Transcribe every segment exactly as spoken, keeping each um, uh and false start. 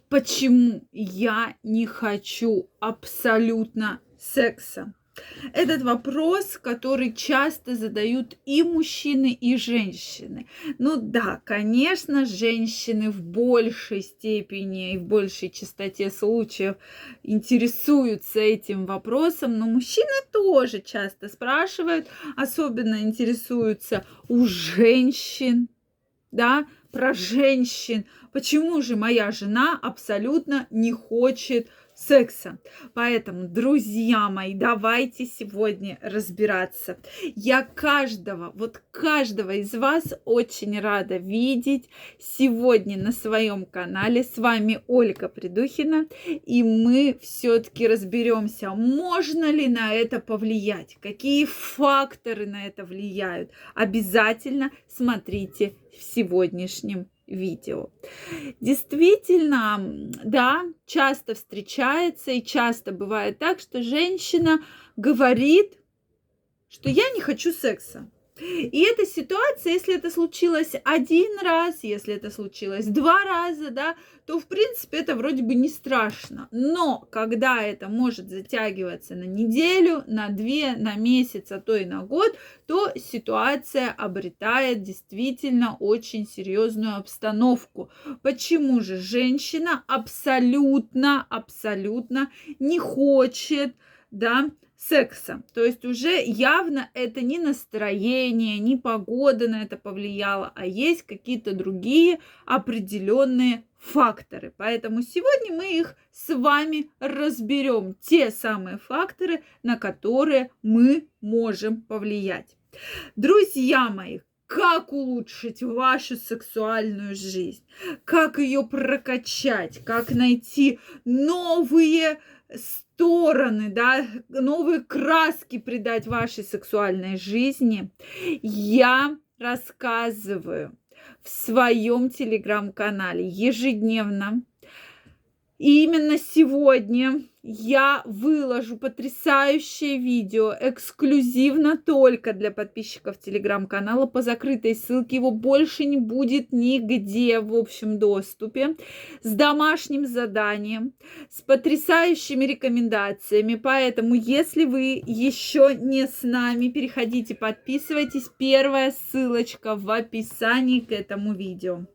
Почему я не хочу абсолютно секса? Этот вопрос, который часто задают и мужчины, и женщины. Ну да, конечно, женщины в большей степени и в большей частоте случаев интересуются этим вопросом, но мужчины тоже часто спрашивают, особенно интересуются у женщин, да, про женщин. Почему же моя жена абсолютно не хочет секса? Поэтому, друзья мои, давайте сегодня разбираться. Я каждого, вот каждого из вас очень рада видеть сегодня на своем канале. С вами Ольга Придухина, и мы все-таки разберемся, можно ли на это повлиять, какие факторы на это влияют. Обязательно смотрите в сегодняшнем видео. Действительно, да, часто встречается и часто бывает так, что женщина говорит, что я не хочу секса. И эта ситуация, если это случилось один раз, если это случилось два раза, да, то, в принципе, это вроде бы не страшно. Но когда это может затягиваться на неделю, на две, на месяц, а то и на год, то ситуация обретает действительно очень серьезную обстановку. Почему же женщина абсолютно, абсолютно не хочет, да, секса? То есть уже явно это не настроение, не погода на это повлияла, а есть какие-то другие определенные факторы. Поэтому сегодня мы их с вами разберем. Те самые факторы, на которые мы можем повлиять. Друзья мои, как улучшить вашу сексуальную жизнь, как ее прокачать, как найти новые стороны, да, новые краски придать вашей сексуальной жизни, я рассказываю в своем телеграм-канале ежедневно. И именно сегодня я выложу потрясающее видео эксклюзивно только для подписчиков телеграм-канала по закрытой ссылке. Его больше не будет нигде в общем доступе. С домашним заданием, с потрясающими рекомендациями. Поэтому, если вы еще не с нами, переходите, подписывайтесь. Первая ссылочка в описании к этому видео.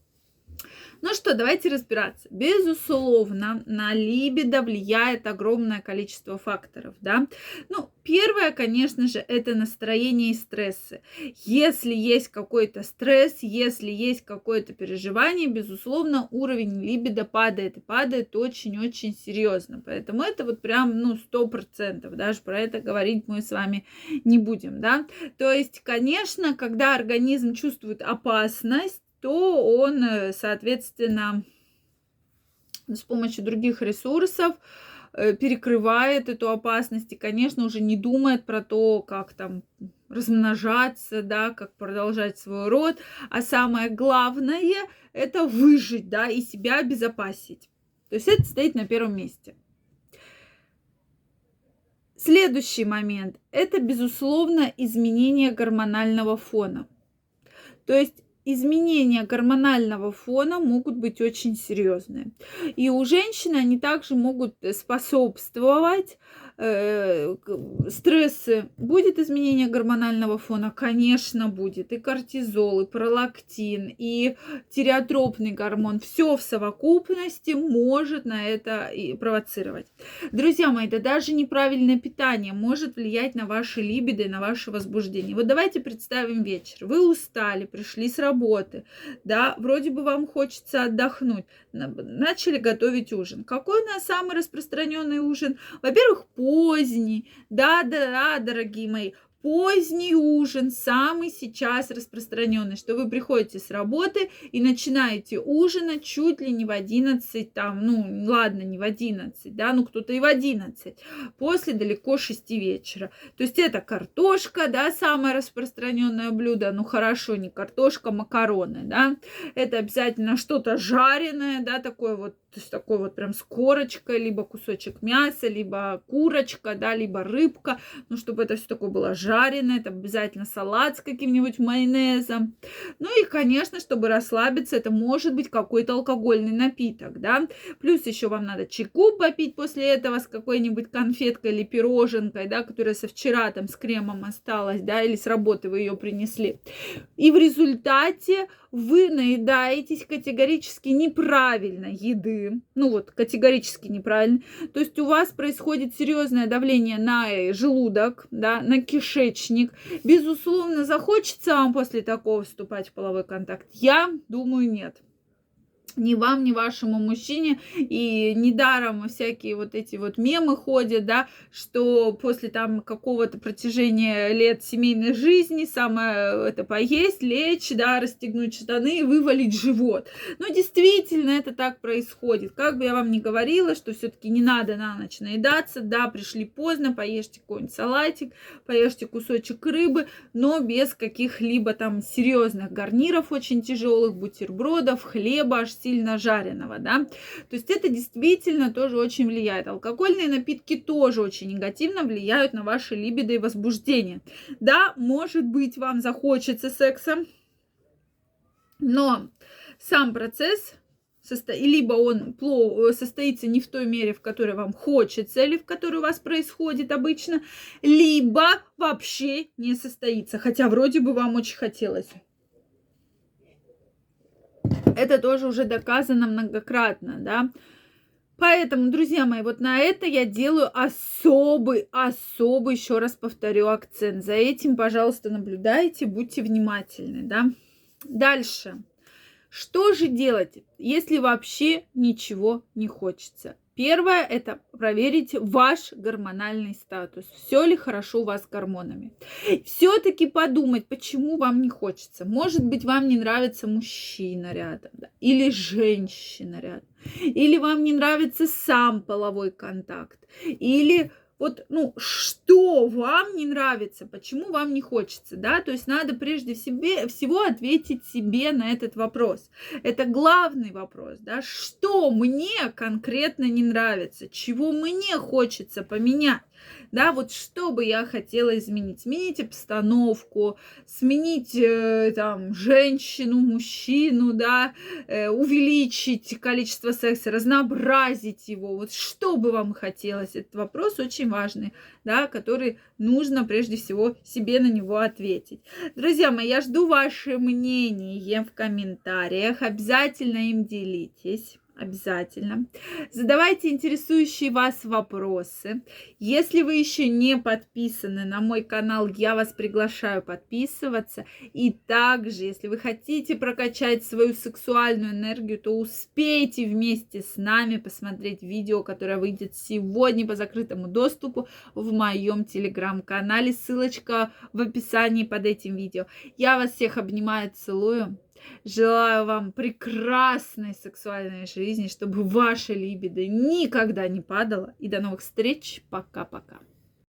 Ну что, давайте разбираться. Безусловно, на либидо влияет огромное количество факторов, да. Ну, первое, конечно же, это настроение и стрессы. Если есть какой-то стресс, если есть какое-то переживание, безусловно, уровень либидо падает, и падает очень-очень серьезно. Поэтому это вот прям, ну, сто процентов, даже про это говорить мы с вами не будем, да. То есть, конечно, когда организм чувствует опасность, то он, соответственно, с помощью других ресурсов перекрывает эту опасность и, конечно, уже не думает про то, как там размножаться, да, как продолжать свой род, а самое главное – это выжить, да, и себя обезопасить. То есть это стоит на первом месте. Следующий момент – это, безусловно, изменение гормонального фона. То есть изменения гормонального фона могут быть очень серьезные. И у женщины они также могут способствовать э, стрессы. Будет изменение гормонального фона? Конечно, будет. И кортизол, и пролактин, и тиреотропный гормон. Все в совокупности может на это и провоцировать. Друзья мои, да даже неправильное питание может влиять на ваши либидо и на ваше возбуждение. Вот давайте представим вечер. Вы устали, пришли с работы. Работы, да, вроде бы вам хочется отдохнуть, начали готовить ужин. Какой у нас самый распространенный ужин? Во-первых, поздний, да-да-да, дорогие мои, поздний ужин, самый сейчас распространенный, что вы приходите с работы и начинаете ужинать чуть ли не в одиннадцать, там, ну, ладно, не в одиннадцать, да, ну, кто-то и в одиннадцать, после далеко шести вечера. То есть это картошка, да, самое распространенное блюдо, ну, хорошо, не картошка, макароны, да, это обязательно что-то жареное, да, такое вот, то есть такой вот прям с корочкой, либо кусочек мяса, либо курочка, да, либо рыбка, ну, чтобы это все такое было жареное, жареное, это обязательно салат с каким-нибудь майонезом. Ну и, конечно, чтобы расслабиться, это может быть какой-то алкогольный напиток, да. Плюс еще вам надо чайку попить после этого с какой-нибудь конфеткой или пироженкой, да, которая со вчера там с кремом осталась, да, или с работы вы ее принесли. И в результате вы наедаетесь категорически неправильно еды, ну вот категорически неправильно, то есть у вас происходит серьезное давление на желудок, да, на кишечник. Безусловно, захочется вам после такого вступать в половой контакт? Я думаю, нет. Ни вам, ни вашему мужчине. И недаром всякие вот эти вот мемы ходят, да, что после там какого-то протяжения лет семейной жизни самое это поесть, лечь, да, расстегнуть штаны и вывалить живот. Но действительно это так происходит. Как бы я вам ни говорила, что все-таки не надо на ночь наедаться, да, пришли поздно, поешьте какой-нибудь салатик, поешьте кусочек рыбы, но без каких-либо там серьезных гарниров очень тяжелых, бутербродов, хлеба, аж сильно жареного, да, то есть это действительно тоже очень влияет. Алкогольные напитки тоже очень негативно влияют на ваше либидо и возбуждение. Да, может быть, вам захочется секса, но сам процесс состо... либо он состоится не в той мере, в которой вам хочется, или в которой у вас происходит обычно, либо вообще не состоится, хотя вроде бы вам очень хотелось. Это тоже уже доказано многократно, да. Поэтому, друзья мои, вот на это я делаю особый, особый, еще раз повторю, акцент. За этим, пожалуйста, наблюдайте, будьте внимательны, да. Дальше. Что же делать, если вообще ничего не хочется? Первое – это проверить ваш гормональный статус. Все ли хорошо у вас с гормонами. Все-таки подумать, почему вам не хочется. Может быть, вам не нравится мужчина рядом, да? Или женщина рядом. Или вам не нравится сам половой контакт. Или вот, ну, что вам не нравится, почему вам не хочется, да, то есть надо прежде всего ответить себе на этот вопрос. Это главный вопрос, да, что мне конкретно не нравится, чего мне хочется поменять, да, вот что бы я хотела изменить, сменить обстановку, сменить э, там женщину, мужчину, да, э, увеличить количество секса, разнообразить его, вот что бы вам хотелось, этот вопрос очень важный, да, который нужно прежде всего себе на него ответить. Друзья мои, я жду ваше мнение в комментариях, обязательно им делитесь. Обязательно. Задавайте интересующие вас вопросы. Если вы еще не подписаны на мой канал, я вас приглашаю подписываться. И также, если вы хотите прокачать свою сексуальную энергию, то успейте вместе с нами посмотреть видео, которое выйдет сегодня по закрытому доступу в моем телеграм-канале. Ссылочка в описании под этим видео. Я вас всех обнимаю, целую. Желаю вам прекрасной сексуальной жизни, чтобы ваша либидо никогда не падала. И до новых встреч. Пока-пока.